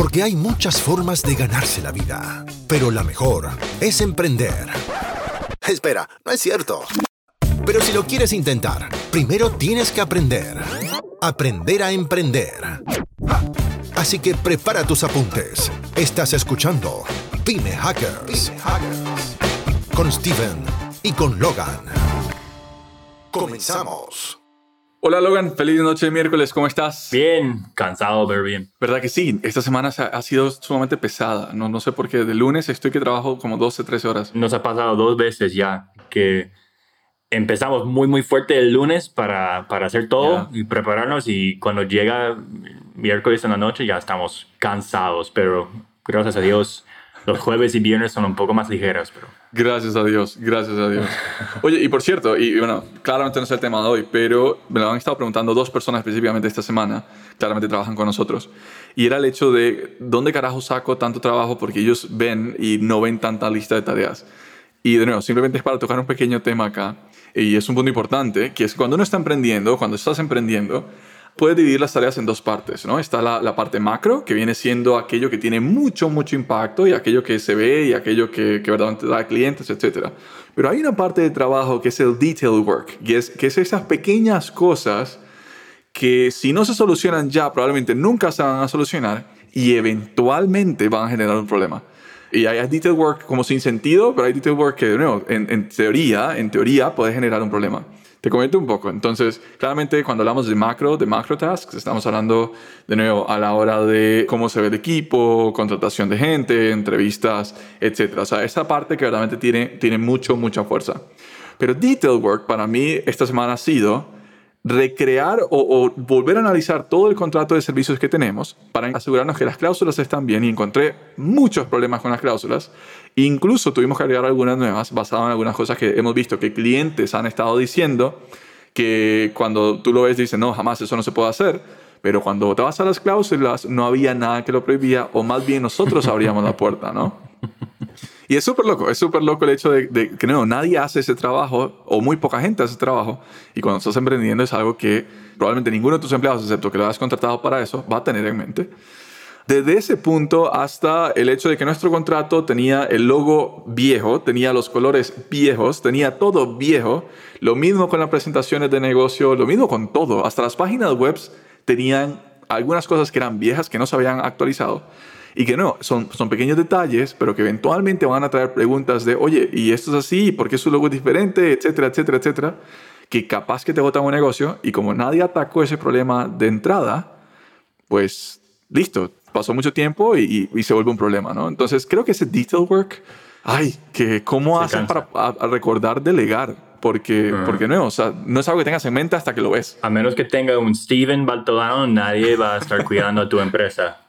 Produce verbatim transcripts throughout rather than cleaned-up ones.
Porque hay muchas formas de ganarse la vida, pero la mejor es emprender. Espera, no es cierto. Pero si lo quieres intentar, primero tienes que aprender. Aprender a emprender. Así que prepara tus apuntes. Estás escuchando Pyme Hackers. Pyme Hackers. Con Steven y con Logan. Comenzamos. Hola Logan, feliz noche de miércoles, ¿cómo estás? Bien, cansado, pero bien. ¿Verdad que sí? Esta semana ha sido sumamente pesada. No, no sé por qué. De lunes estoy que trabajo como doce, trece horas. Nos ha pasado dos veces ya que empezamos muy, muy fuerte el lunes para, para hacer todo yeah. y prepararnos. Y cuando llega miércoles en la noche ya estamos cansados. Pero gracias a Dios, los jueves y viernes son un poco más ligeros, pero... Gracias a Dios, gracias a Dios. Oye, y por cierto, y bueno, claramente no es el tema de hoy, pero me lo han estado preguntando dos personas específicamente esta semana, claramente trabajan con nosotros, y era el hecho de ¿dónde carajo saco tanto trabajo? Porque ellos ven y no ven tanta lista de tareas. Y de nuevo, simplemente es para tocar un pequeño tema acá, y es un punto importante, que es cuando uno está emprendiendo, cuando estás emprendiendo, puedes dividir las tareas en dos partes, ¿no? Está la, la parte macro, que viene siendo aquello que tiene mucho, mucho impacto y aquello que se ve y aquello que, que verdaderamente da a clientes, etcétera. Pero hay una parte de trabajo que es el detail work, que es, que es esas pequeñas cosas que si no se solucionan ya, probablemente nunca se van a solucionar y eventualmente van a generar un problema. Y hay detail work como sin sentido, pero hay detail work que, de nuevo, en, en teoría, en teoría puede generar un problema. Te comento un poco. Entonces, claramente cuando hablamos de macro, de macro tasks, estamos hablando de nuevo a la hora de cómo se ve el equipo, contratación de gente, entrevistas, etcétera. O sea, esa parte que verdaderamente tiene, tiene mucho, mucha fuerza. Pero detail work para mí esta semana ha sido recrear o, o volver a analizar todo el contrato de servicios que tenemos para asegurarnos que las cláusulas están bien, y encontré muchos problemas con las cláusulas. Incluso tuvimos que agregar algunas nuevas basadas en algunas cosas que hemos visto que clientes han estado diciendo que cuando tú lo ves dicen no, jamás eso no se puede hacer, pero cuando te vas a las cláusulas no había nada que lo prohibía, o más bien nosotros abríamos la puerta, ¿no? Y es súper loco, es súper loco el hecho de, de que no, nadie hace ese trabajo, o muy poca gente hace ese trabajo, y cuando estás emprendiendo es algo que probablemente ninguno de tus empleados, excepto que lo hayas contratado para eso, va a tener en mente. Desde ese punto hasta el hecho de que nuestro contrato tenía el logo viejo, tenía los colores viejos, tenía todo viejo, lo mismo con las presentaciones de negocio, lo mismo con todo, hasta las páginas web tenían algunas cosas que eran viejas, que no se habían actualizado. Y que no, son, son pequeños detalles, pero que eventualmente van a traer preguntas de, oye, ¿y esto es así? ¿Por qué su logo es diferente? Etcétera, etcétera, etcétera. Que capaz que te botan un negocio, y como nadie atacó ese problema de entrada, pues listo, pasó mucho tiempo y, y, y se vuelve un problema, ¿no? Entonces creo que ese detail work, ay, que cómo se hacen cansa. para a, a recordar delegar. Porque, uh-huh. porque no, o sea, no es algo que tengas en mente hasta que lo ves. A menos que tenga un Steven Baltodano, nadie va a estar cuidando a tu empresa.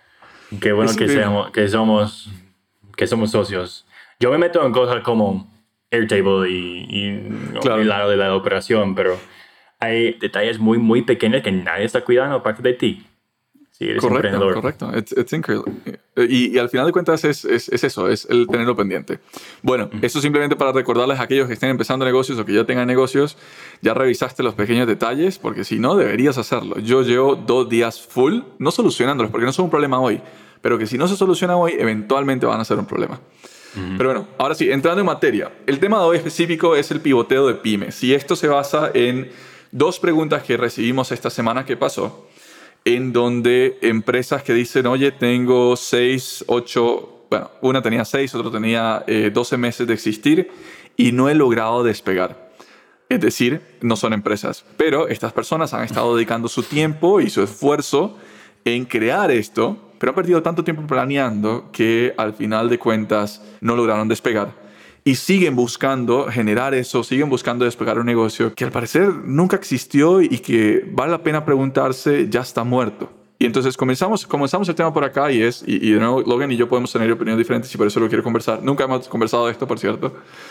Qué bueno que seamos, que, somos, que somos socios. Yo me meto en cosas como Airtable y, y claro. el lado de la operación, pero hay detalles muy, muy pequeños que nadie está cuidando aparte de ti. Sí, eres correcto, emprendedor. Correcto, it's, it's incredible. Y, y al final de cuentas es, es, es eso, es el tenerlo pendiente. Bueno, mm. eso simplemente para recordarles a aquellos que estén empezando negocios o que ya tengan negocios, ya revisaste los pequeños detalles, porque si no, deberías hacerlo. Yo llevo dos días full, no solucionándolos, porque no son un problema hoy, pero que si no se soluciona hoy, eventualmente van a ser un problema. Mm. Pero bueno, ahora sí, entrando en materia. El tema de hoy específico es el pivoteo de pymes. Y esto se basa en dos preguntas que recibimos esta semana que pasó, en donde empresas que dicen, oye, tengo seis, ocho, bueno, una tenía seis, otra tenía eh, doce meses de existir y no he logrado despegar. Es decir, no son empresas, pero estas personas han estado dedicando su tiempo y su esfuerzo en crear esto, pero han perdido tanto tiempo planeando que al final de cuentas no lograron despegar. Y siguen buscando generar eso, siguen buscando despegar un negocio que al parecer nunca existió y que vale la pena preguntarse, ya está muerto. Y entonces comenzamos, comenzamos el tema por acá y es, y, y de nuevo Logan y yo podemos tener opiniones diferentes y por eso lo quiero conversar. Nunca hemos conversado de esto, por cierto.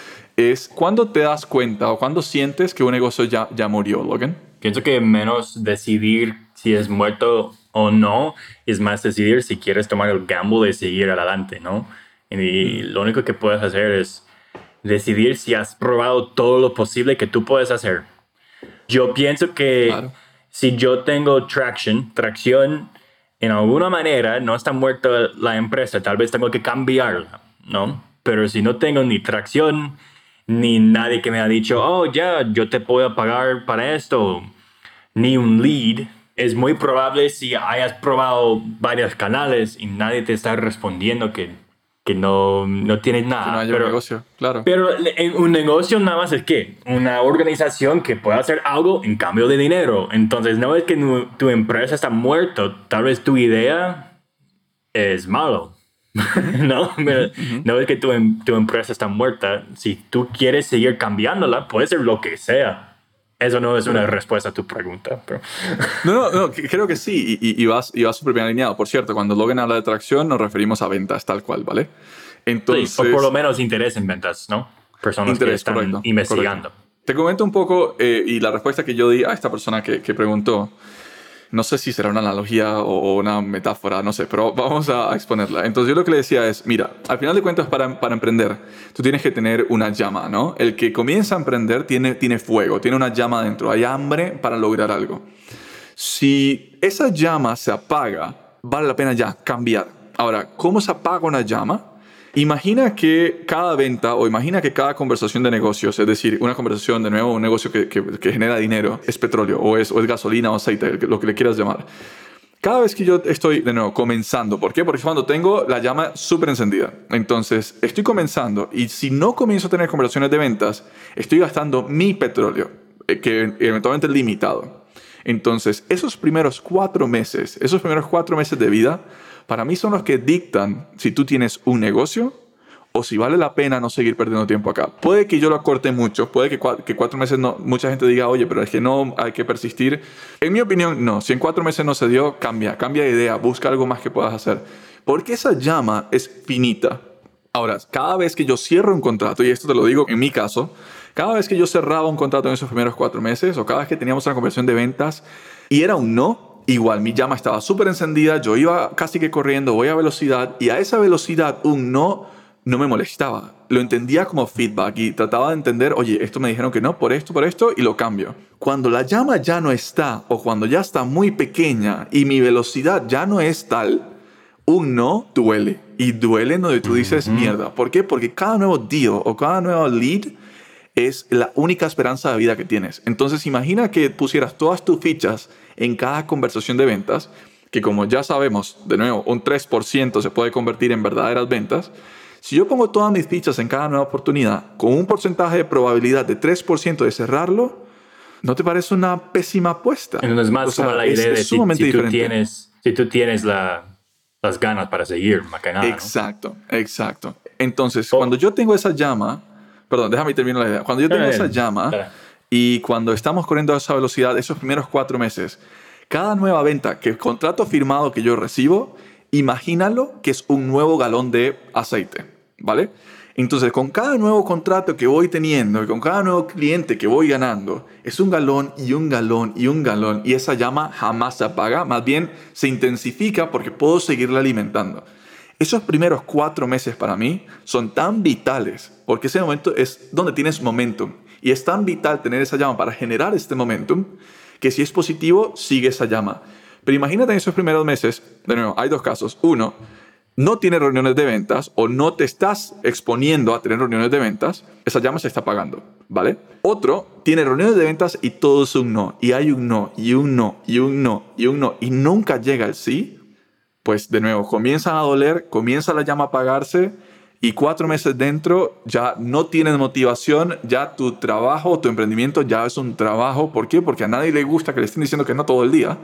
Es cuando te das cuenta o cuando sientes que un negocio ya, ya murió, Logan. Pienso que menos decidir si es muerto o no, es más decidir si quieres tomar el gamble de seguir adelante, ¿no? Y lo único que puedes hacer es decidir si has probado todo lo posible que tú puedes hacer. Yo pienso que claro. si yo tengo traction, tracción en alguna manera no está muerta la empresa, tal vez tengo que cambiarla, ¿no? Pero si no tengo ni tracción, ni nadie que me ha dicho, oh, ya, yo te puedo pagar para esto, ni un lead, es muy probable si hayas probado varios canales y nadie te está respondiendo que, que no, no tienes nada. Que no haya pero, un negocio, claro. Pero un negocio nada más es ¿qué? Una organización que pueda hacer algo en cambio de dinero. Entonces no es que tu, tu empresa está muerta, tal vez tu idea es malo. no, uh-huh. no es que tu, tu empresa está muerta. Si tú quieres seguir cambiándola, puede ser lo que sea. Eso no es una respuesta a tu pregunta. Pero... no, no, no, creo que sí. Y, y, vas, y vas súper bien alineado. Por cierto, cuando Logan habla de tracción, nos referimos a ventas, tal cual, ¿vale? Entonces, sí, o por lo menos interés en ventas, ¿no? Personas interés, que están correcto, investigando. Correcto. Te comento un poco, eh, y la respuesta que yo di a esta persona que, que preguntó, no sé si será una analogía o una metáfora, no sé, pero vamos a exponerla. Entonces yo lo que le decía es, mira, al final de cuentas para, para emprender, tú tienes que tener una llama, ¿no? El que comienza a emprender tiene, tiene fuego, tiene una llama dentro, hay hambre para lograr algo. Si esa llama se apaga, vale la pena ya cambiar. Ahora, ¿cómo se apaga una llama? Imagina que cada venta o imagina que cada conversación de negocios, es decir, una conversación de nuevo, un negocio que, que, que genera dinero, es petróleo o es, o es gasolina o aceite, lo que le quieras llamar. Cada vez que yo estoy, de nuevo, comenzando, ¿por qué? Porque cuando tengo la llama súper encendida. Entonces, estoy comenzando y si no comienzo a tener conversaciones de ventas, estoy gastando mi petróleo, que eventualmente es limitado. Entonces, esos primeros cuatro meses, esos primeros cuatro meses de vida, para mí son los que dictan si tú tienes un negocio o si vale la pena no seguir perdiendo tiempo acá. Puede que yo lo acorte mucho, puede que, cu- que cuatro meses no, mucha gente diga, oye, pero es que no, hay que persistir. En mi opinión, no. Si en cuatro meses no se dio, cambia, cambia de idea, busca algo más que puedas hacer. Porque esa llama es finita. Ahora, cada vez que yo cierro un contrato, y esto te lo digo en mi caso, cada vez que yo cerraba un contrato en esos primeros cuatro meses o cada vez que teníamos una conversación de ventas y era un no, igual, mi llama estaba súper encendida, yo iba casi que corriendo, voy a velocidad y a esa velocidad un no no me molestaba. Lo entendía como feedback y trataba de entender, oye, esto me dijeron que no, por esto, por esto, y lo cambio. Cuando la llama ya no está o cuando ya está muy pequeña y mi velocidad ya no es tal, un no duele. Y duele donde tú dices, uh-huh. mierda. ¿Por qué? Porque cada nuevo deal o cada nuevo lead es la única esperanza de vida que tienes. Entonces imagina que pusieras todas tus fichas en cada conversación de ventas, que como ya sabemos, de nuevo, un tres por ciento se puede convertir en verdaderas ventas. Si yo pongo todas mis fichas en cada nueva oportunidad, con un porcentaje de probabilidad de tres por ciento de cerrarlo, ¿no te parece una pésima apuesta? Entonces, más o sea, como la idea es, de es si, si, tú tienes, si tú tienes la, las ganas para seguir, más que nada, Exacto, ¿no? exacto. Entonces, oh. cuando yo tengo esa llama, perdón, déjame terminar la idea. Cuando yo tengo esa llama claro. y cuando estamos corriendo a esa velocidad, esos primeros cuatro meses, cada nueva venta, que el contrato firmado que yo recibo, imagínalo que es un nuevo galón de aceite. ¿Vale? Entonces, con cada nuevo contrato que voy teniendo y con cada nuevo cliente que voy ganando, es un galón y un galón y un galón y esa llama jamás se apaga, más bien se intensifica porque puedo seguirla alimentando. Esos primeros cuatro meses para mí son tan vitales porque ese momento es donde tienes momentum y es tan vital tener esa llama para generar este momentum que si es positivo, sigue esa llama. Pero imagínate en esos primeros meses, de nuevo, hay dos casos. Uno, no tienes reuniones de ventas o no te estás exponiendo a tener reuniones de ventas, esa llama se está apagando, ¿vale? Otro, tiene reuniones de ventas y todo es un no, y hay un no, y un no, y un no, y un no, y nunca llega el sí, pues de nuevo, comienzan a doler, comienza la llama a apagarse y cuatro meses dentro ya no tienes motivación, ya tu trabajo, tu emprendimiento ya es un trabajo. ¿Por qué? Porque a nadie le gusta que le estén diciendo que no todo el día.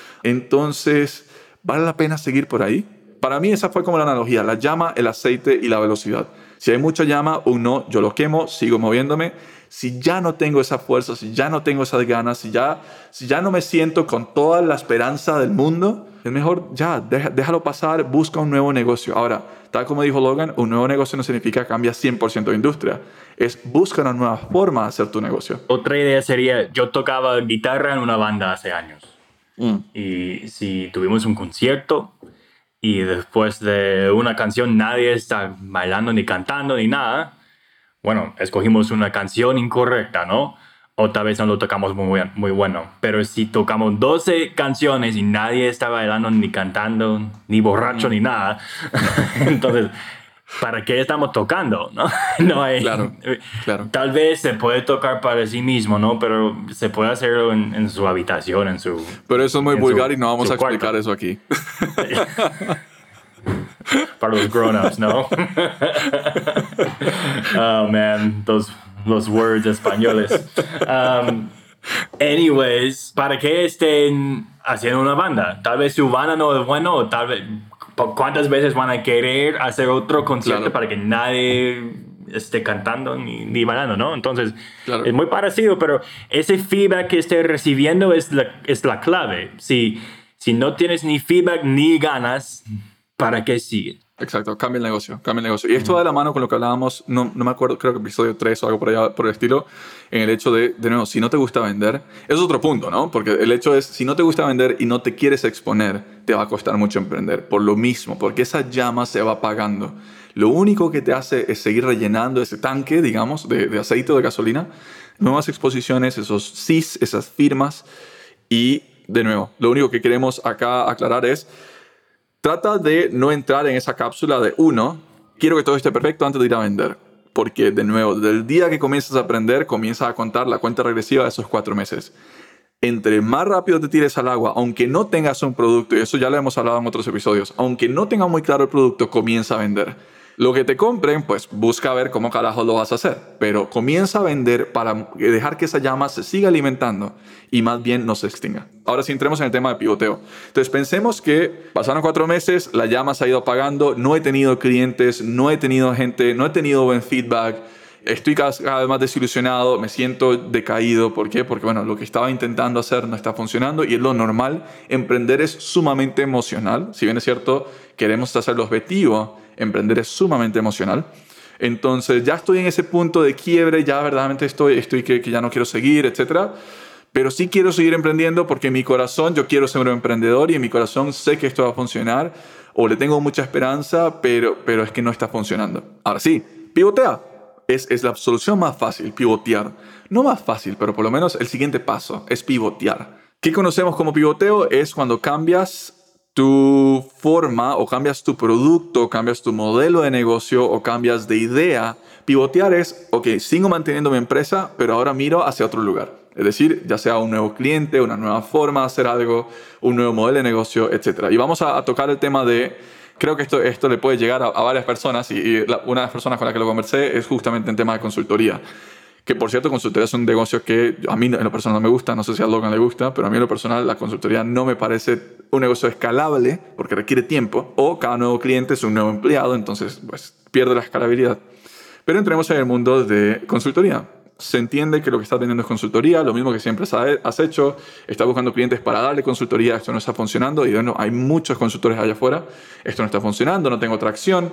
Entonces, ¿vale la pena seguir por ahí? Para mí esa fue como la analogía, la llama, el aceite y la velocidad. Si hay mucha llama, un no, yo lo quemo, sigo moviéndome. Si ya no tengo esa fuerza, si ya no tengo esas ganas, si ya, si ya no me siento con toda la esperanza del mundo, es mejor ya, deja, déjalo pasar, busca un nuevo negocio. Ahora, tal como dijo Logan, un nuevo negocio no significa cambia cien por ciento de industria. Es busca una nueva forma de hacer tu negocio. Otra idea sería, yo tocaba guitarra en una banda hace años. Mm. Y si tuvimos un concierto y después de una canción nadie está bailando ni cantando ni nada, bueno, escogimos una canción incorrecta, ¿no? o tal vez no lo tocamos muy, muy bueno. Pero si tocamos doce canciones y nadie está bailando, ni cantando, ni borracho, mm. ni nada, entonces, ¿para qué estamos tocando? No, no hay, claro, claro. Tal vez se puede tocar para sí mismo, ¿no? Pero se puede hacerlo en, en su habitación, en su... Pero eso es muy vulgar su, y no vamos a explicar cuarto. eso aquí. Para los grown-ups, ¿no? Oh, man, those, los words españoles. Um, anyways, ¿para qué estén haciendo una banda? Tal vez su banda no es bueno, o tal vez... ¿Cuántas veces van a querer hacer otro concierto claro. para que nadie esté cantando ni, ni bailando, ¿no? Entonces, claro. es muy parecido, pero ese feedback que estés recibiendo es la, es la clave. Si, si no tienes ni feedback ni ganas, ¿para qué sigue? Exacto, cambia el negocio, cambia el negocio. Y esto va de la mano con lo que hablábamos, no, no me acuerdo, creo que episodio tres o algo por allá, por el estilo, en el hecho de, de nuevo, si no te gusta vender, es otro punto, ¿no? Porque el hecho es, si no te gusta vender y no te quieres exponer, te va a costar mucho emprender, por lo mismo, porque esa llama se va apagando. Lo único que te hace es seguir rellenando ese tanque, digamos, de, de aceite o de gasolina, nuevas exposiciones, esos sís, esas firmas, y de nuevo, lo único que queremos acá aclarar es, trata de no entrar en esa cápsula de uno, quiero que todo esté perfecto antes de ir a vender. Porque, de nuevo, desde el día que comienzas a aprender, comienzas a contar la cuenta regresiva de esos cuatro meses. Entre más rápido te tires al agua, aunque no tengas un producto, y eso ya lo hemos hablado en otros episodios, aunque no tengas muy claro el producto, comienza a vender. Lo que te compren, pues busca ver cómo carajo lo vas a hacer. Pero comienza a vender para dejar que esa llama se siga alimentando y más bien no se extinga. Ahora sí entremos en el tema de pivoteo. Entonces pensemos que pasaron cuatro meses, la llama se ha ido apagando, no he tenido clientes, no he tenido gente, no he tenido buen feedback, estoy cada, cada vez más desilusionado, me siento decaído. ¿Por qué? Porque bueno, lo que estaba intentando hacer no está funcionando y es lo normal. Emprender es sumamente emocional. Si bien es cierto, queremos hacerlo objetivo, emprender es sumamente emocional. Entonces ya estoy en ese punto de quiebre, ya verdaderamente estoy, estoy que, que ya no quiero seguir, etcétera. Pero sí quiero seguir emprendiendo porque en mi corazón yo quiero ser un emprendedor y en mi corazón sé que esto va a funcionar o le tengo mucha esperanza, pero, pero es que no está funcionando. Ahora sí, pivotea. Es, es la solución más fácil, pivotear. No más fácil, pero por lo menos el siguiente paso es pivotear. ¿Qué conocemos como pivoteo? Es cuando cambias tu forma o cambias tu producto, cambias tu modelo de negocio o cambias de idea. Pivotear es, ok, sigo manteniendo mi empresa, pero ahora miro hacia otro lugar. Es decir, ya sea un nuevo cliente, una nueva forma de hacer algo, un nuevo modelo de negocio, etcétera. Y vamos a, a tocar el tema de, creo que esto, esto le puede llegar a, a varias personas y, y la, una de las personas con las que lo conversé es justamente en tema de consultoría. Que por cierto, consultoría es un negocio que a mí en lo personal no me gusta, no sé si a Logan le gusta, pero a mí en lo personal la consultoría no me parece un negocio escalable porque requiere tiempo, o cada nuevo cliente es un nuevo empleado, entonces pues pierde la escalabilidad. Pero entremos en el mundo de consultoría. Se entiende que lo que estás vendiendo es consultoría, lo mismo que siempre has hecho, estás buscando clientes para darle consultoría, esto no está funcionando, y bueno, hay muchos consultores allá afuera, esto no está funcionando, no tengo tracción,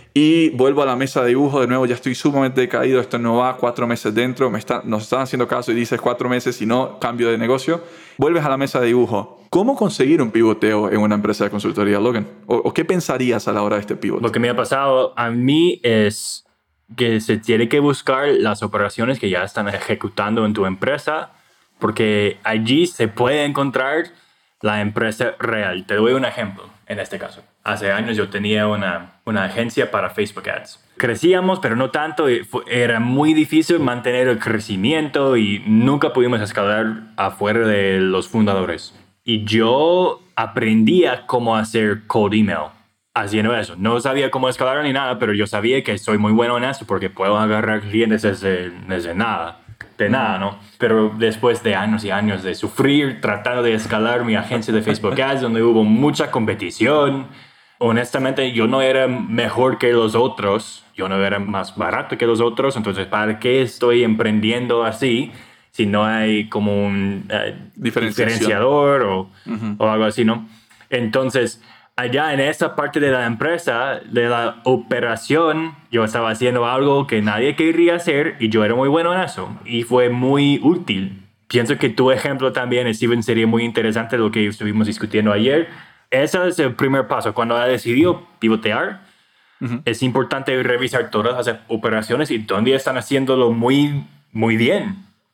y vuelvo a la mesa de dibujo, de nuevo ya estoy sumamente decaído, esto no va, cuatro meses dentro, me está, nos están haciendo caso y dices cuatro meses y no cambio de negocio, vuelves a la mesa de dibujo. ¿Cómo conseguir un pivoteo en una empresa de consultoría, Logan? ¿O, o qué pensarías a la hora de este pivote? Lo que me ha pasado a mí es que se tiene que buscar las operaciones que ya están ejecutando en tu empresa, porque allí se puede encontrar la empresa real. Te doy un ejemplo en este caso. Hace años yo tenía una, una agencia para Facebook Ads. Crecíamos, pero no tanto. Y fue, era muy difícil mantener el crecimiento y nunca pudimos escalar afuera de los fundadores. Y yo aprendía cómo hacer cold email haciendo eso. No sabía cómo escalar ni nada, pero yo sabía que soy muy bueno en eso porque puedo agarrar clientes desde, desde nada. De nada, ¿no? Pero después de años y años de sufrir tratando de escalar mi agencia de Facebook Ads, donde hubo mucha competición, honestamente yo no era mejor que los otros, yo no era más barato que los otros, entonces ¿para qué estoy emprendiendo así si no hay como un uh, diferenciador o, uh-huh. o algo así, ¿no? Entonces, allá en esa parte de la empresa, de la operación, yo estaba haciendo algo que nadie quería hacer y yo era muy bueno en eso. Y fue muy útil. Pienso que tu ejemplo también, Steven, sería muy interesante lo que estuvimos discutiendo ayer. Ese es el primer paso. Cuando ha decidido pivotear, uh-huh. es importante revisar todas las operaciones y dónde están haciéndolo muy, muy bien.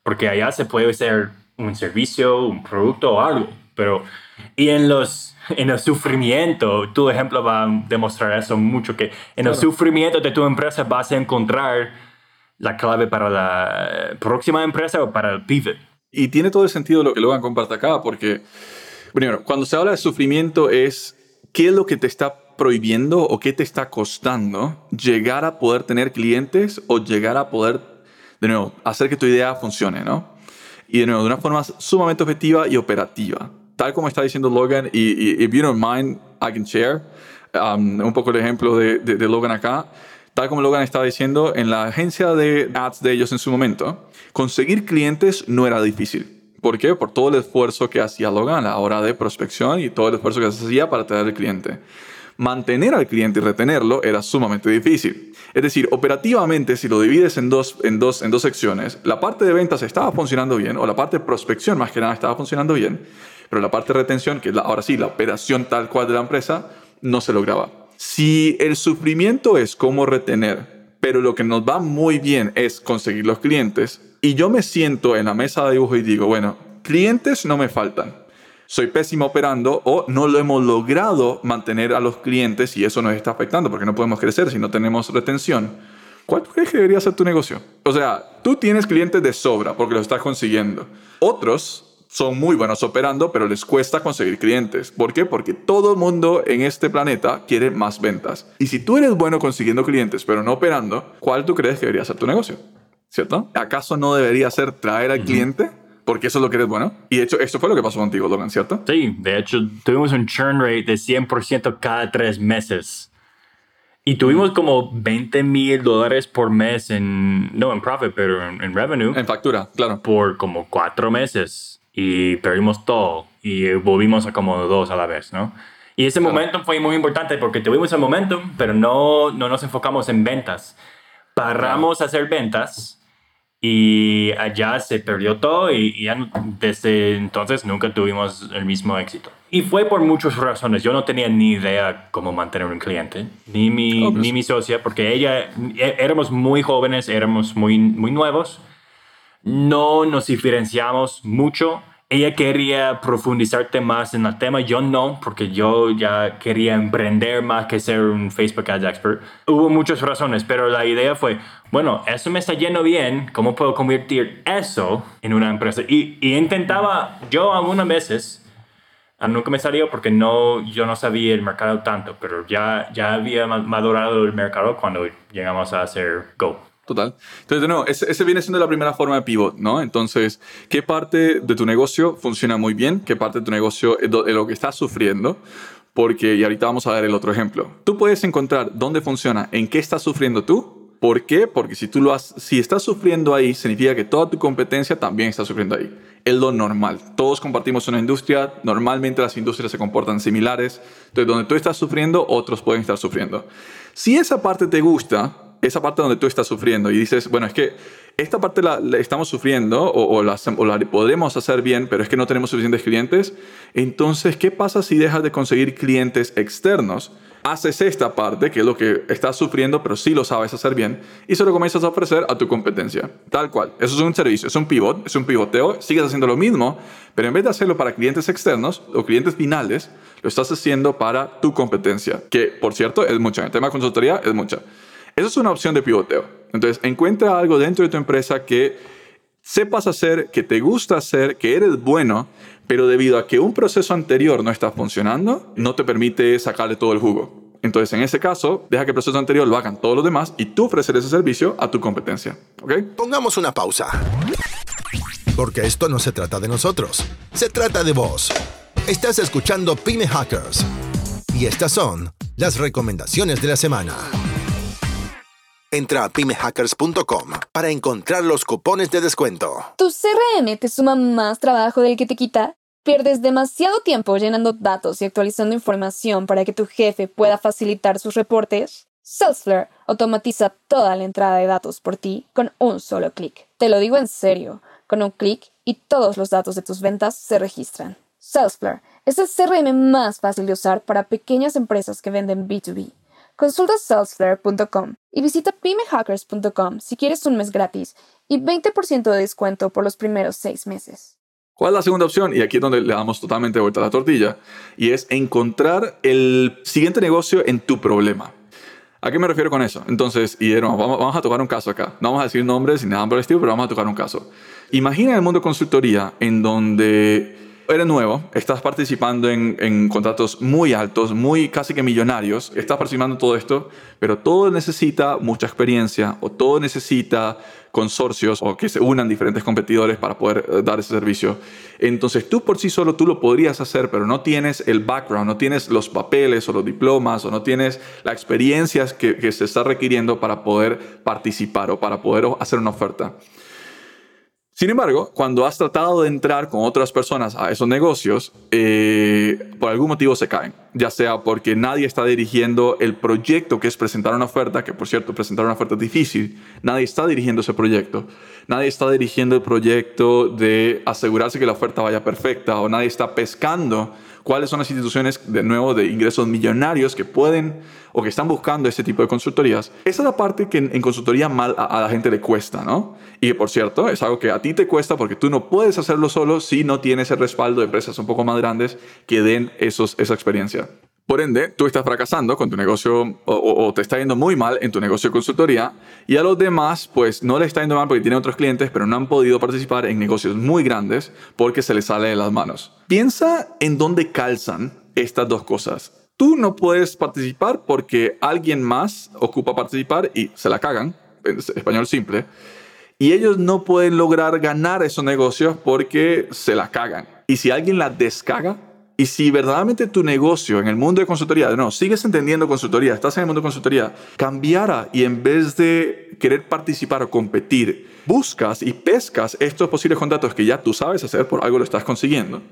porque allá se puede hacer un servicio, un producto o algo, pero y en los en el sufrimiento, tu ejemplo va a demostrar eso mucho, que en claro. el sufrimiento de tu empresa vas a encontrar la clave para la próxima empresa o para el pivot. Y tiene todo el sentido lo que Logan comparte acá, porque primero, cuando se habla de sufrimiento es qué es lo que te está prohibiendo o qué te está costando llegar a poder tener clientes o llegar a poder, de nuevo, hacer que tu idea funcione, ¿no? Y de nuevo, de una forma sumamente objetiva y operativa. Tal como está diciendo Logan, y, y if you don't mind, I can share um, un poco el ejemplo de, de, de Logan acá. Tal como Logan estaba diciendo, en la agencia de ads de ellos en su momento, conseguir clientes no era difícil. ¿Por qué? Por todo el esfuerzo que hacía Logan a la hora de prospección y todo el esfuerzo que se hacía para tener el cliente. Mantener al cliente y retenerlo era sumamente difícil. Es decir, operativamente, si lo divides en dos, en dos, en dos secciones, la parte de ventas estaba funcionando bien, o la parte de prospección más que nada estaba funcionando bien, pero la parte de retención, que es la, ahora sí, la operación tal cual de la empresa, no se lograba. Si el sufrimiento es cómo retener, pero lo que nos va muy bien es conseguir los clientes, y yo me siento en la mesa de dibujo y digo, bueno, clientes no me faltan. Soy pésimo operando o no lo hemos logrado mantener a los clientes y eso nos está afectando porque no podemos crecer si no tenemos retención. ¿Cuál crees que debería ser tu negocio? O sea, tú tienes clientes de sobra porque los estás consiguiendo. Otros son muy buenos operando, pero les cuesta conseguir clientes. ¿Por qué? Porque todo el mundo en este planeta quiere más ventas. Y si tú eres bueno consiguiendo clientes, pero no operando, ¿cuál tú crees que debería ser tu negocio? ¿Cierto? ¿Acaso no debería ser traer al uh-huh. cliente? Porque eso es lo que eres bueno. Y de hecho, esto fue lo que pasó contigo, Logan, ¿cierto? Sí, de hecho, tuvimos un churn rate de cien por ciento cada tres meses. Y tuvimos como veinte mil dólares por mes en, no en profit, pero en, en revenue. En factura, claro. Por como cuatro meses. Y perdimos todo. Y volvimos a como dos a la vez, ¿no? Y ese claro. momento fue muy importante porque tuvimos el momentum, pero no, no nos enfocamos en ventas. Paramos claro. a hacer ventas. Y allá se perdió todo y, y ya desde entonces nunca tuvimos el mismo éxito. Y fue por muchas razones. Yo no tenía ni idea cómo mantener un cliente, ni mi, oh, pues. ni mi socia, porque ella, éramos muy jóvenes, éramos muy, muy nuevos. No nos diferenciamos mucho. Ella quería profundizarte más en el tema, yo no, porque yo ya quería emprender más que ser un Facebook Ads expert. Hubo muchas razones, pero la idea fue, bueno, eso me está yendo bien, ¿cómo puedo convertir eso en una empresa? Y, y intentaba, yo algunas veces, nunca me salió porque no, yo no sabía el mercado tanto, pero ya, ya había madurado el mercado cuando llegamos a hacer Go. Total. Entonces, de nuevo, ese, ese viene siendo la primera forma de pivot, ¿no? Entonces, ¿qué parte de tu negocio funciona muy bien? ¿Qué parte de tu negocio es lo que estás sufriendo? Porque, y ahorita vamos a ver el otro ejemplo. Tú puedes encontrar dónde funciona, en qué estás sufriendo tú. ¿Por qué? Porque si tú lo has, si estás sufriendo ahí, significa que toda tu competencia también está sufriendo ahí. Es lo normal. Todos compartimos una industria. Normalmente las industrias se comportan similares. Entonces, donde tú estás sufriendo, otros pueden estar sufriendo. Si esa parte te gusta, esa parte donde tú estás sufriendo y dices, bueno, es que esta parte la, la estamos sufriendo o, o, la, o la podremos hacer bien, pero es que no tenemos suficientes clientes, entonces, ¿qué pasa si dejas de conseguir clientes externos? Haces esta parte, que es lo que estás sufriendo, pero sí lo sabes hacer bien, y se lo comienzas a ofrecer a tu competencia. Tal cual. Eso es un servicio, es un pivot, es un pivoteo, sigues haciendo lo mismo, pero en vez de hacerlo para clientes externos o clientes finales, lo estás haciendo para tu competencia, que, por cierto, es mucha. En el tema de consultoría, es mucha. Eso es una opción de pivoteo. Entonces, encuentra algo dentro de tu empresa que sepas hacer, que te gusta hacer, que eres bueno, pero debido a que un proceso anterior no está funcionando, no te permite sacarle todo el jugo. Entonces, en ese caso, deja que el proceso anterior lo hagan todos los demás y tú ofrecer ese servicio a tu competencia. ¿Ok? Pongamos una pausa. Porque esto no se trata de nosotros. Se trata de vos. Estás escuchando Pyme Hackers. Y estas son las recomendaciones de la semana. Entra a pyme hackers punto com para encontrar los cupones de descuento. ¿Tu C R M te suma más trabajo del que te quita? ¿Pierdes demasiado tiempo llenando datos y actualizando información para que tu jefe pueda facilitar sus reportes? Salesflare automatiza toda la entrada de datos por ti con un solo clic. Te lo digo en serio, con un clic y todos los datos de tus ventas se registran. Salesflare es el C R M más fácil de usar para pequeñas empresas que venden B dos B. Consulta salesflare punto com y visita pymehackers punto com si quieres un mes gratis y veinte por ciento de descuento por los primeros seis meses. ¿Cuál es la segunda opción? Y aquí es donde le damos totalmente vuelta a la tortilla. Y es encontrar el siguiente negocio en tu problema. ¿A qué me refiero con eso? Entonces, y no, vamos, vamos a tocar un caso acá. No vamos a decir nombres ni nada por el estilo, pero vamos a tocar un caso. Imagina el mundo de consultoría en donde eres nuevo, estás participando en, en contratos muy altos, muy casi que millonarios, estás participando en todo esto, pero todo necesita mucha experiencia o todo necesita consorcios o que se unan diferentes competidores para poder uh, dar ese servicio. Entonces tú por sí solo tú lo podrías hacer, pero no tienes el background, no tienes los papeles o los diplomas o no tienes las experiencias que, que se está requiriendo para poder participar o para poder hacer una oferta. Sin embargo, cuando has tratado de entrar con otras personas a esos negocios, eh, por algún motivo se caen. Ya sea porque nadie está dirigiendo el proyecto que es presentar una oferta, que por cierto, presentar una oferta es difícil. Nadie está dirigiendo ese proyecto. Nadie está dirigiendo el proyecto de asegurarse que la oferta vaya perfecta o nadie está pescando cuáles son las instituciones, de nuevo, de ingresos millonarios que pueden o que están buscando ese tipo de consultorías. Esa es la parte que en, en consultoría mal a, a la gente le cuesta, ¿no? Y por cierto, es algo que a ti te cuesta porque tú no puedes hacerlo solo si no tienes el respaldo de empresas un poco más grandes que den esos, esa experiencia. Por ende, tú estás fracasando con tu negocio o, o, o te está yendo muy mal en tu negocio de consultoría y a los demás pues no les está yendo mal porque tienen otros clientes pero no han podido participar en negocios muy grandes porque se les sale de las manos. Piensa en dónde calzan estas dos cosas. Tú no puedes participar porque alguien más ocupa participar y se la cagan, en español simple, y ellos no pueden lograr ganar esos negocios porque se la cagan. Y si alguien la descaga, y si verdaderamente tu negocio en el mundo de consultoría, no, sigues entendiendo consultoría, estás en el mundo de consultoría, cambiara y en vez de querer participar o competir, buscas y pescas estos posibles contratos que ya tú sabes hacer, por algo lo estás consiguiendo,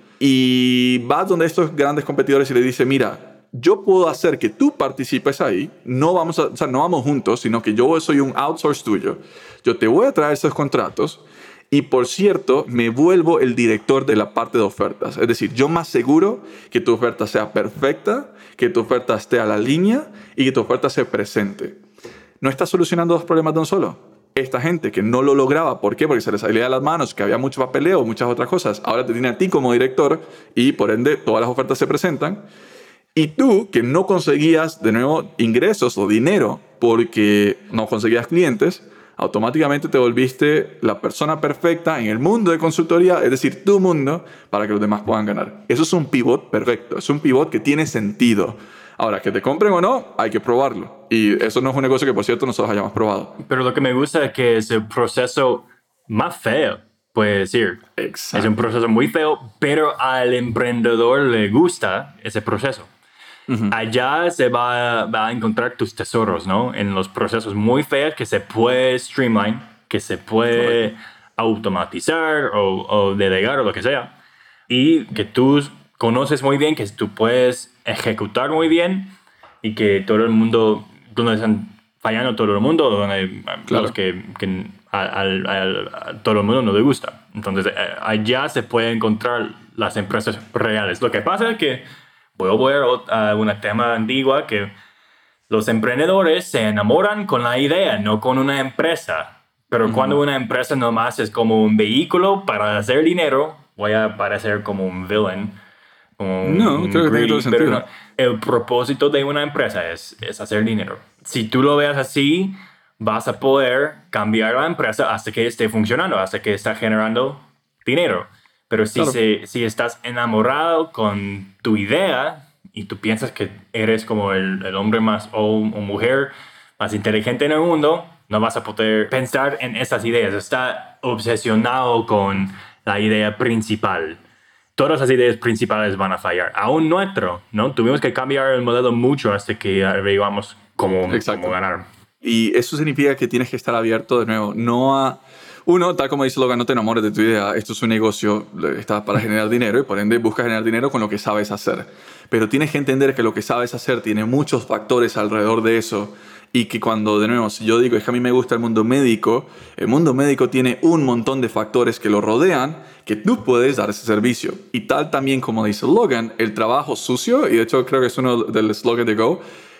y vas donde estos grandes competidores y le dices, mira, yo puedo hacer que tú participes ahí, no vamos, a, o sea, no vamos juntos, sino que yo soy un outsource tuyo, yo te voy a traer esos contratos. Y por cierto, me vuelvo el director de la parte de ofertas. Es decir, yo me aseguro que tu oferta sea perfecta, que tu oferta esté a la línea y que tu oferta se presente. No estás solucionando dos problemas de un solo. Esta gente que no lo lograba, ¿por qué? Porque se les salía de las manos, que había mucho papeleo, muchas otras cosas. Ahora te tiene a ti como director y por ende todas las ofertas se presentan. Y tú que no conseguías de nuevo ingresos o dinero porque no conseguías clientes, automáticamente te volviste la persona perfecta en el mundo de consultoría, es decir, tu mundo, para que los demás puedan ganar. Eso es un pivot perfecto, es un pivot que tiene sentido. Ahora, que te compren o no, hay que probarlo. Y eso no es un negocio que, por cierto, nosotros hayamos probado. Pero lo que me gusta es que es el proceso más feo, puede decir. Exacto. Es un proceso muy feo, pero al emprendedor le gusta ese proceso. Uh-huh. Allá se va, va a encontrar tus tesoros, ¿no? En los procesos muy feos que se puede streamline, que se puede okay. automatizar o, o delegar o lo que sea. Y que tú conoces muy bien, que tú puedes ejecutar muy bien y que todo el mundo, donde están fallando todo el mundo, donde claro. los que, que a, a, a, a todo el mundo no le gusta. Entonces, allá se puede encontrar las empresas reales. Lo que pasa es que voy a volver a una tema antigua que los emprendedores se enamoran con la idea, no con una empresa. Pero uh-huh. cuando una empresa nomás es como un vehículo para hacer dinero, voy a parecer como un villain. Como no, un creo que greedy, tiene todo sentido. No, el propósito de una empresa es, es hacer dinero. Si tú lo veas así, vas a poder cambiar la empresa hasta que esté funcionando, hasta que está generando dinero. Pero si, claro. se, si estás enamorado con tu idea y tú piensas que eres como el, el hombre más o, o mujer más inteligente en el mundo, no vas a poder pensar en esas ideas. Está obsesionado con la idea principal. Todas las ideas principales van a fallar. Aún nuestro, ¿no? Tuvimos que cambiar el modelo mucho hasta que averiguamos cómo, cómo ganar. Y eso significa que tienes que estar abierto de nuevo, no a... Uno, tal como dice Logan, no te enamores de tu idea. Esto es un negocio, está para generar dinero y por ende busca generar dinero con lo que sabes hacer. Pero tienes que entender que lo que sabes hacer tiene muchos factores alrededor de eso y que cuando, de nuevo, si yo digo es que a mí me gusta el mundo médico, el mundo médico tiene un montón de factores que lo rodean que tú puedes dar ese servicio. Y tal también como dice Logan, el trabajo sucio, y de hecho creo que es uno del eslogan de Go,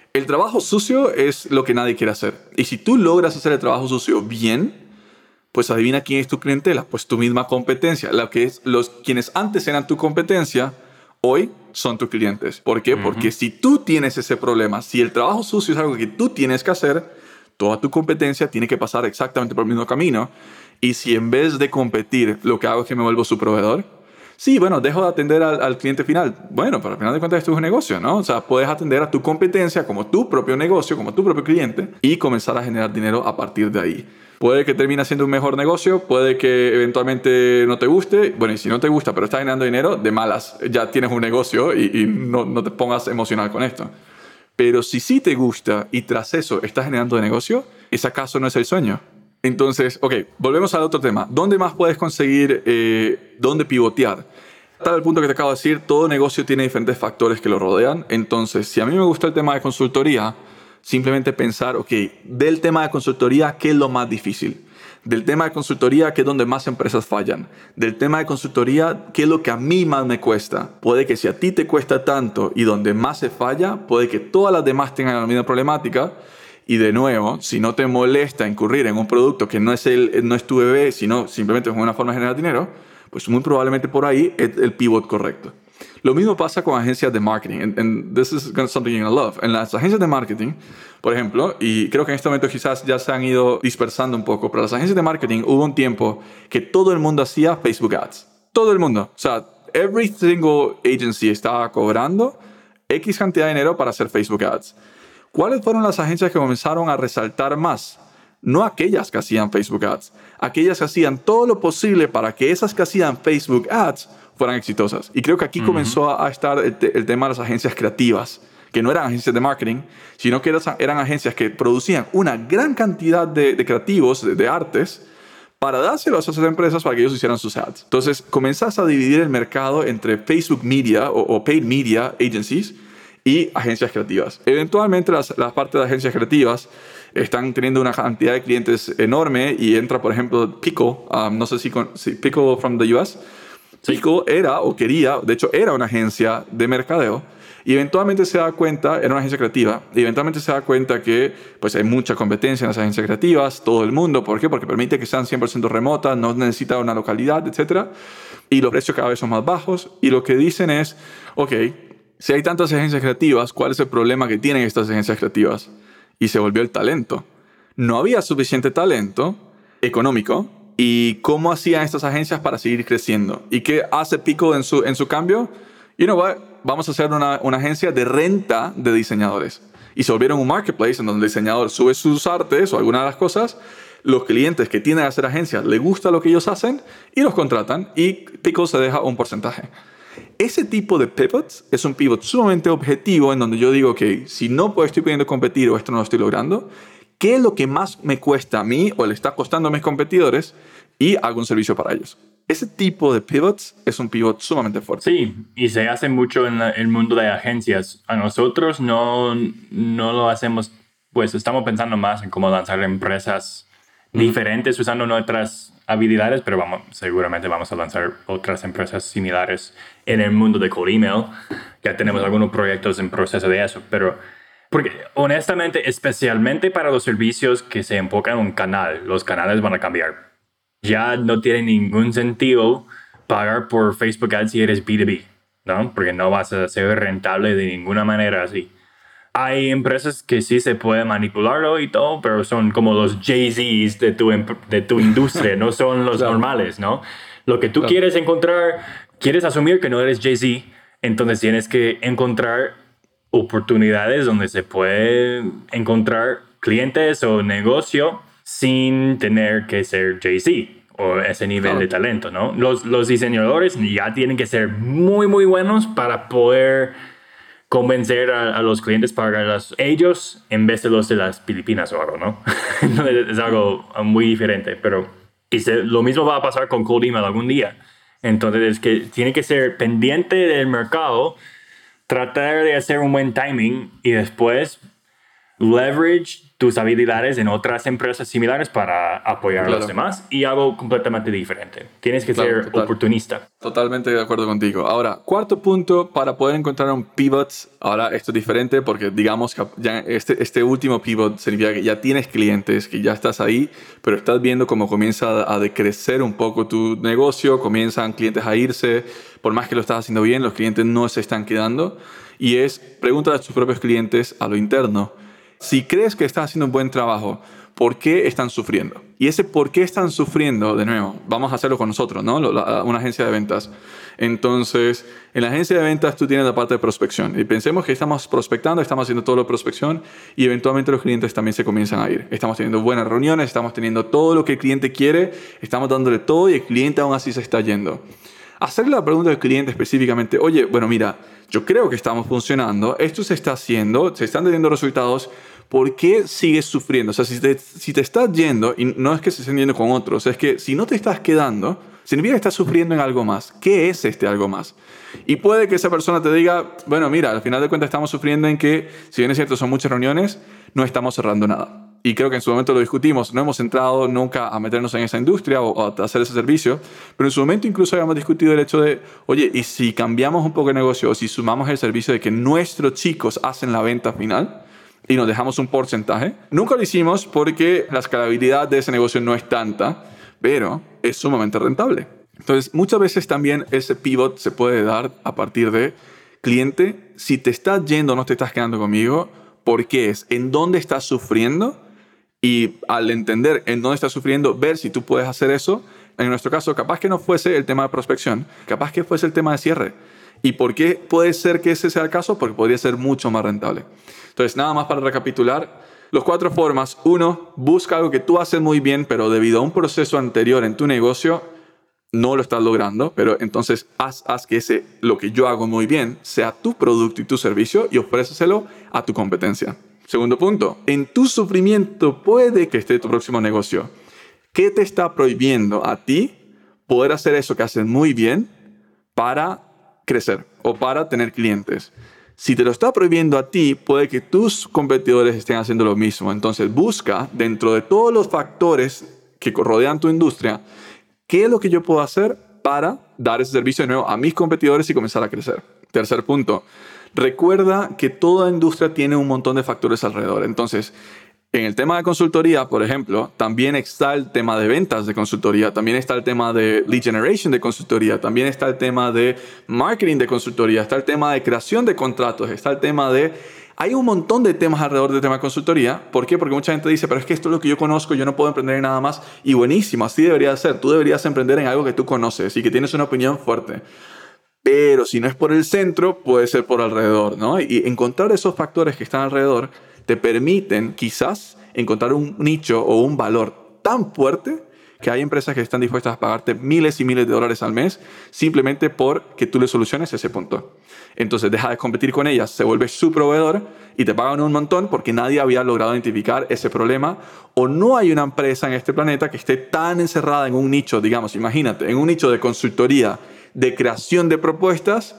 El trabajo sucio es lo que nadie quiere hacer. Y si tú logras hacer el trabajo sucio bien, pues adivina quién es tu clientela. Pues tu misma competencia. Lo que es los, quienes antes eran tu competencia, hoy son tus clientes. ¿Por qué? Uh-huh. Porque si tú tienes ese problema, si el trabajo sucio es algo que tú tienes que hacer, toda tu competencia tiene que pasar exactamente por el mismo camino. Y si en vez de competir, lo que hago es que me vuelvo su proveedor, sí, bueno, dejo de atender al, al cliente final. Bueno, pero al final de cuentas esto es un negocio, ¿no? O sea, puedes atender a tu competencia como tu propio negocio, como tu propio cliente y comenzar a generar dinero a partir de ahí. Puede que termine siendo un mejor negocio, puede que eventualmente no te guste. Bueno, y si no te gusta, pero estás generando dinero, de malas, ya tienes un negocio y, y no, no te pongas emocional con esto. Pero si sí te gusta y tras eso estás generando de negocio, ¿ese acaso no es el sueño? Entonces, ok, volvemos al otro tema. ¿Dónde más puedes conseguir, eh, dónde pivotear? Tal el punto que te acabo de decir, todo negocio tiene diferentes factores que lo rodean. Entonces, si a mí me gusta el tema de consultoría, simplemente pensar, ok, del tema de consultoría, ¿qué es lo más difícil? Del tema de consultoría, ¿qué es donde más empresas fallan? Del tema de consultoría, ¿qué es lo que a mí más me cuesta? Puede que si a ti te cuesta tanto y donde más se falla, puede que todas las demás tengan la misma problemática. Y de nuevo, si no te molesta incurrir en un producto que no es, el, no es tu bebé, sino simplemente es una forma de generar dinero, pues muy probablemente por ahí es el pivot correcto. Lo mismo pasa con agencias de marketing. And, and this is something you're gonna love. En las agencias de marketing, por ejemplo, y creo que en este momento quizás ya se han ido dispersando un poco, pero las agencias de marketing hubo un tiempo que todo el mundo hacía Facebook Ads. Todo el mundo. O sea, every single agency estaba cobrando X cantidad de dinero para hacer Facebook Ads. ¿Cuáles fueron las agencias que comenzaron a resaltar más? No aquellas que hacían Facebook Ads, aquellas que hacían todo lo posible para que esas que hacían Facebook Ads fueran exitosas. Y creo que aquí uh-huh. comenzó a estar el, te- el tema de las agencias creativas, que no eran agencias de marketing, sino que eran, eran agencias que producían una gran cantidad de, de creativos, de, de artes, para dárselos a esas empresas para que ellos hicieran sus ads. Entonces, comenzás a dividir el mercado entre Facebook Media o, o Paid Media Agencies y agencias creativas. Eventualmente las, las partes de agencias creativas están teniendo una cantidad de clientes enorme y entra, por ejemplo, Pickle, um, no sé si, con, si Pickle from the U S. Sí. Pickle era o quería, de hecho era una agencia de mercadeo y eventualmente se da cuenta, era una agencia creativa, y eventualmente se da cuenta que pues, hay mucha competencia en las agencias creativas, todo el mundo. ¿Por qué? Porque permite que sean cien por ciento remotas, no necesita una localidad, etcétera. Y los precios cada vez son más bajos y lo que dicen es, ok, si hay tantas agencias creativas, ¿cuál es el problema que tienen estas agencias creativas? Y se volvió el talento. No había suficiente talento económico. ¿Y cómo hacían estas agencias para seguir creciendo? ¿Y qué hace Pickle en su, en su cambio? You know what? Vamos a hacer una, una agencia de renta de diseñadores. Y se volvieron un marketplace en donde el diseñador sube sus artes o alguna de las cosas. Los clientes que tienen que hacer agencias les gusta lo que ellos hacen y los contratan. Y Pickle se deja un porcentaje. Ese tipo de pivots es un pivot sumamente objetivo en donde yo digo que si no puedo, estoy pudiendo competir o esto no lo estoy logrando, ¿qué es lo que más me cuesta a mí o le está costando a mis competidores? Y hago un servicio para ellos. Ese tipo de pivots es un pivot sumamente fuerte. Sí, y se hace mucho en la, el mundo de agencias. A nosotros no, no lo hacemos, pues estamos pensando más en cómo lanzar empresas mm. diferentes usando nuestras habilidades, pero vamos, seguramente vamos a lanzar otras empresas similares en el mundo de cold email. Ya tenemos algunos proyectos en proceso de eso, pero porque honestamente, especialmente para los servicios que se enfocan en un canal, los canales van a cambiar. Ya no tiene ningún sentido pagar por Facebook Ads si eres B dos B, ¿no? Porque no vas a ser rentable de ninguna manera así. Hay empresas que sí se puede manipularlo y todo, pero son como los Jay-Z's de tu, de tu industria, no son los claro. normales, ¿no? Lo que tú claro. quieres encontrar, quieres asumir que no eres Jay-Z, entonces tienes que encontrar oportunidades donde se puede encontrar clientes o negocio sin tener que ser Jay-Z o ese nivel claro. de talento, ¿no? Los, los diseñadores ya tienen que ser muy, muy buenos para poder convencer a, a los clientes para pagarlas ellos en vez de los de las Filipinas o algo, ¿no? Es algo muy diferente, pero y se, lo mismo va a pasar con cold email algún día. Entonces es que tiene que ser pendiente del mercado, tratar de hacer un buen timing y después leverage tus habilidades en otras empresas similares para apoyar Claro. a los demás y algo completamente diferente. Tienes que Claro, ser total. oportunista. Totalmente de acuerdo contigo. Ahora, cuarto punto, para poder encontrar un pivot, ahora esto es diferente porque digamos que ya este, este último pivot significa que ya tienes clientes, que ya estás ahí, pero estás viendo cómo comienza a decrecer un poco tu negocio, comienzan clientes a irse, por más que lo estás haciendo bien, los clientes no se están quedando, y es, pregúntale a tus propios clientes a lo interno. Si crees que estás haciendo un buen trabajo, ¿por qué están sufriendo? Y ese por qué están sufriendo, de nuevo, vamos a hacerlo con nosotros, ¿no? La- Una agencia de ventas. Entonces, en la agencia de ventas tú tienes la parte de prospección. Y pensemos que estamos prospectando, estamos haciendo toda la prospección y eventualmente los clientes también se comienzan a ir. Estamos teniendo buenas reuniones, estamos teniendo todo lo que el cliente quiere, estamos dándole todo y el cliente aún así se está yendo. Hacerle la pregunta al cliente específicamente, oye, bueno, mira, yo creo que estamos funcionando, esto se está haciendo, se están teniendo resultados, ¿por qué sigues sufriendo? O sea, si te, si te estás yendo, y no es que se estén yendo con otros, es que si no te estás quedando, significa que estás sufriendo en algo más. ¿Qué es este algo más? Y puede que esa persona te diga, bueno, mira, al final de cuentas estamos sufriendo en que, si bien es cierto, son muchas reuniones, no estamos cerrando nada. Y creo que en su momento lo discutimos, no hemos entrado nunca a meternos en esa industria o, o a hacer ese servicio, pero en su momento incluso habíamos discutido el hecho de, oye, ¿y si cambiamos un poco el negocio o si sumamos el servicio de que nuestros chicos hacen la venta final y nos dejamos un porcentaje? Nunca lo hicimos porque la escalabilidad de ese negocio no es tanta, pero es sumamente rentable. Entonces, muchas veces también ese pivot se puede dar a partir de, cliente, si te estás yendo o no te estás quedando conmigo, ¿por qué es? ¿En dónde estás sufriendo? Y al entender en dónde estás sufriendo, ver si tú puedes hacer eso. En nuestro caso, capaz que no fuese el tema de prospección, capaz que fuese el tema de cierre. ¿Y por qué puede ser que ese sea el caso? Porque podría ser mucho más rentable. Entonces, nada más para recapitular. Los cuatro formas. Uno, busca algo que tú haces muy bien, pero debido a un proceso anterior en tu negocio, no lo estás logrando. Pero entonces, haz, haz que ese, lo que yo hago muy bien, sea tu producto y tu servicio y ofréceselo a tu competencia. Segundo punto, en tu sufrimiento puede que esté tu próximo negocio. ¿Qué te está prohibiendo a ti poder hacer eso que haces muy bien para crecer o para tener clientes? Si te lo está prohibiendo a ti, puede que tus competidores estén haciendo lo mismo. Entonces busca dentro de todos los factores que rodean tu industria, ¿qué es lo que yo puedo hacer para dar ese servicio de nuevo a mis competidores y comenzar a crecer? Tercer punto. Recuerda que toda industria tiene un montón de factores alrededor. Entonces, en el tema de consultoría, por ejemplo, también está el tema de ventas de consultoría, también está el tema de lead generation de consultoría, también está el tema de marketing de consultoría, está el tema de creación de contratos, está el tema de... Hay un montón de temas alrededor del tema de consultoría. ¿Por qué? Porque mucha gente dice, pero es que esto es lo que yo conozco, yo no puedo emprender en nada más. Y buenísimo, así debería ser. Tú deberías emprender en algo que tú conoces y que tienes una opinión fuerte. Pero si no es por el centro, puede ser por alrededor, ¿no? Y encontrar esos factores que están alrededor te permiten quizás encontrar un nicho o un valor tan fuerte que hay empresas que están dispuestas a pagarte miles y miles de dólares al mes simplemente porque tú le soluciones ese punto. Entonces deja de competir con ellas, se vuelve su proveedor y te pagan un montón porque nadie había logrado identificar ese problema, o no hay una empresa en este planeta que esté tan encerrada en un nicho, digamos, imagínate, en un nicho de consultoría, de creación de propuestas.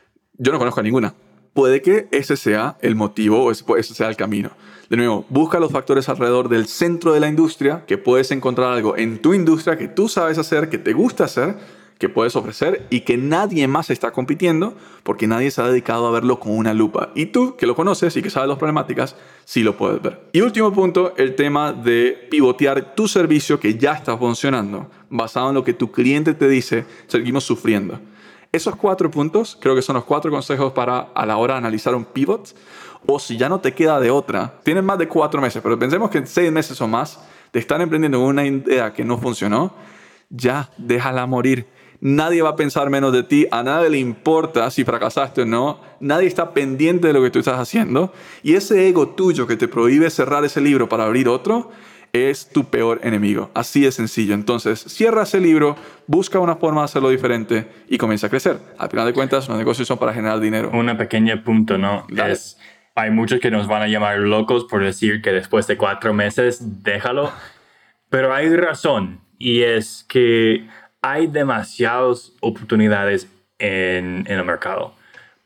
Yo no conozco a ninguna. Puede que ese sea el motivo o ese sea el camino. De nuevo, busca los factores alrededor del centro de la industria, que puedes encontrar algo en tu industria que tú sabes hacer, que te gusta hacer, que puedes ofrecer y que nadie más está compitiendo porque nadie se ha dedicado a verlo con una lupa. Y tú, que lo conoces y que sabes las problemáticas, sí lo puedes ver. Y último punto, el tema de pivotear tu servicio que ya está funcionando, basado en lo que tu cliente te dice, seguimos sufriendo. Esos cuatro puntos creo que son los cuatro consejos para a la hora de analizar un pivot. O si ya no te queda de otra, tienes más de cuatro meses, pero pensemos que en seis meses o más de estar emprendiendo en una idea que no funcionó, ya déjala morir. Nadie va a pensar menos de ti, a nadie le importa si fracasaste o no, nadie está pendiente de lo que tú estás haciendo, y ese ego tuyo que te prohíbe cerrar ese libro para abrir otro es tu peor enemigo. Así de sencillo. Entonces, cierra ese libro, busca una forma de hacerlo diferente y comienza a crecer. Al final de cuentas, los negocios son para generar dinero. Un pequeño punto, ¿no? Dale. Es, hay muchos que nos van a llamar locos por decir que después de cuatro meses, déjalo. Pero hay razón, y es que hay demasiadas oportunidades en, en el mercado.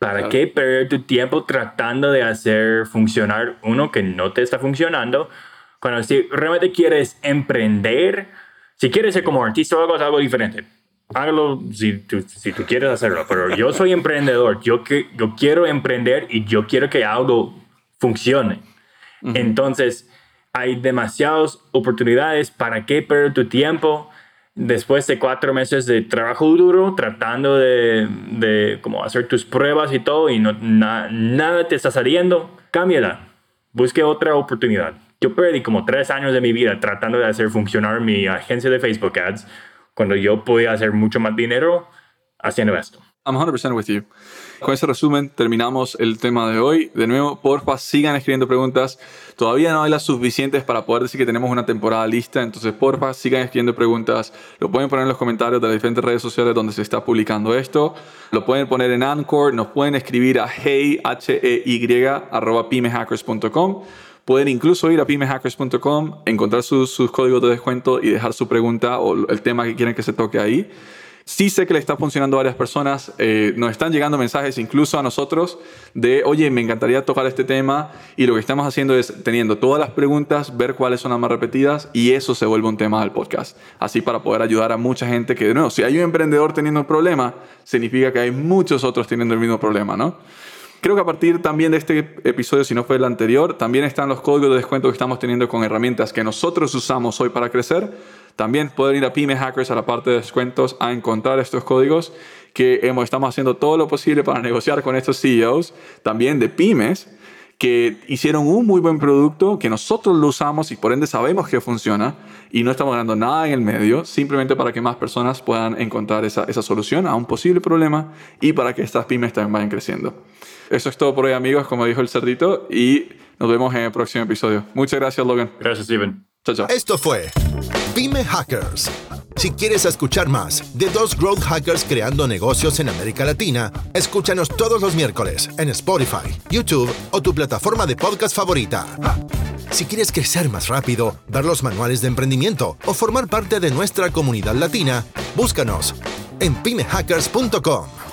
¿Para Claro. qué perder tu tiempo tratando de hacer funcionar uno que no te está funcionando? Cuando si realmente quieres emprender, si quieres ser como artista o algo, es algo diferente. Hágalo si tú, si tú quieres hacerlo. Pero yo soy emprendedor. Yo, que, yo quiero emprender y yo quiero que algo funcione. Uh-huh. Entonces, hay demasiadas oportunidades. ¿Para qué perder tu tiempo? Después de cuatro meses de trabajo duro, tratando de, de como hacer tus pruebas y todo, y no, na, nada te está saliendo, cámbiala. Busque otra oportunidad. Yo perdí como tres años de mi vida tratando de hacer funcionar mi agencia de Facebook Ads, cuando yo podía hacer mucho más dinero haciendo esto. I'm one hundred percent with you. Con ese resumen terminamos el tema de hoy. De nuevo, porfa, sigan escribiendo preguntas. Todavía no hay las suficientes para poder decir que tenemos una temporada lista. Entonces, porfa, sigan escribiendo preguntas. Lo pueden poner en los comentarios de las diferentes redes sociales donde se está publicando esto. Lo pueden poner en Anchor. Nos pueden escribir a hey, H E Y, arroba pymehackers punto com. Pueden incluso ir a pymehackers punto com, encontrar sus, sus códigos de descuento y dejar su pregunta o el tema que quieren que se toque ahí. Sí sé que le está funcionando a varias personas. Eh, nos están llegando mensajes incluso a nosotros de, oye, me encantaría tocar este tema. Y lo que estamos haciendo es teniendo todas las preguntas, ver cuáles son las más repetidas y eso se vuelve un tema del podcast. Así para poder ayudar a mucha gente que, de nuevo, si hay un emprendedor teniendo un problema, significa que hay muchos otros teniendo el mismo problema, ¿no? Creo que a partir también de este episodio, si no fue el anterior, también están los códigos de descuento que estamos teniendo con herramientas que nosotros usamos hoy para crecer. También pueden ir a Pyme Hackers, a la parte de descuentos, a encontrar estos códigos que hemos, estamos haciendo todo lo posible para negociar con estos C E Os, también de pymes, que hicieron un muy buen producto, que nosotros lo usamos y por ende sabemos que funciona y no estamos ganando nada en el medio, simplemente para que más personas puedan encontrar esa, esa solución a un posible problema y para que estas pymes también vayan creciendo. Eso es todo por hoy, amigos, como dijo el cerdito, y nos vemos en el próximo episodio. Muchas gracias, Logan. Gracias, Steven. Chao, chao. Esto fue Pyme Hackers. Si quieres escuchar más de dos growth hackers creando negocios en América Latina, escúchanos todos los miércoles en Spotify, YouTube o tu plataforma de podcast favorita. Si quieres crecer más rápido, ver los manuales de emprendimiento o formar parte de nuestra comunidad latina, búscanos en pyme hackers punto com.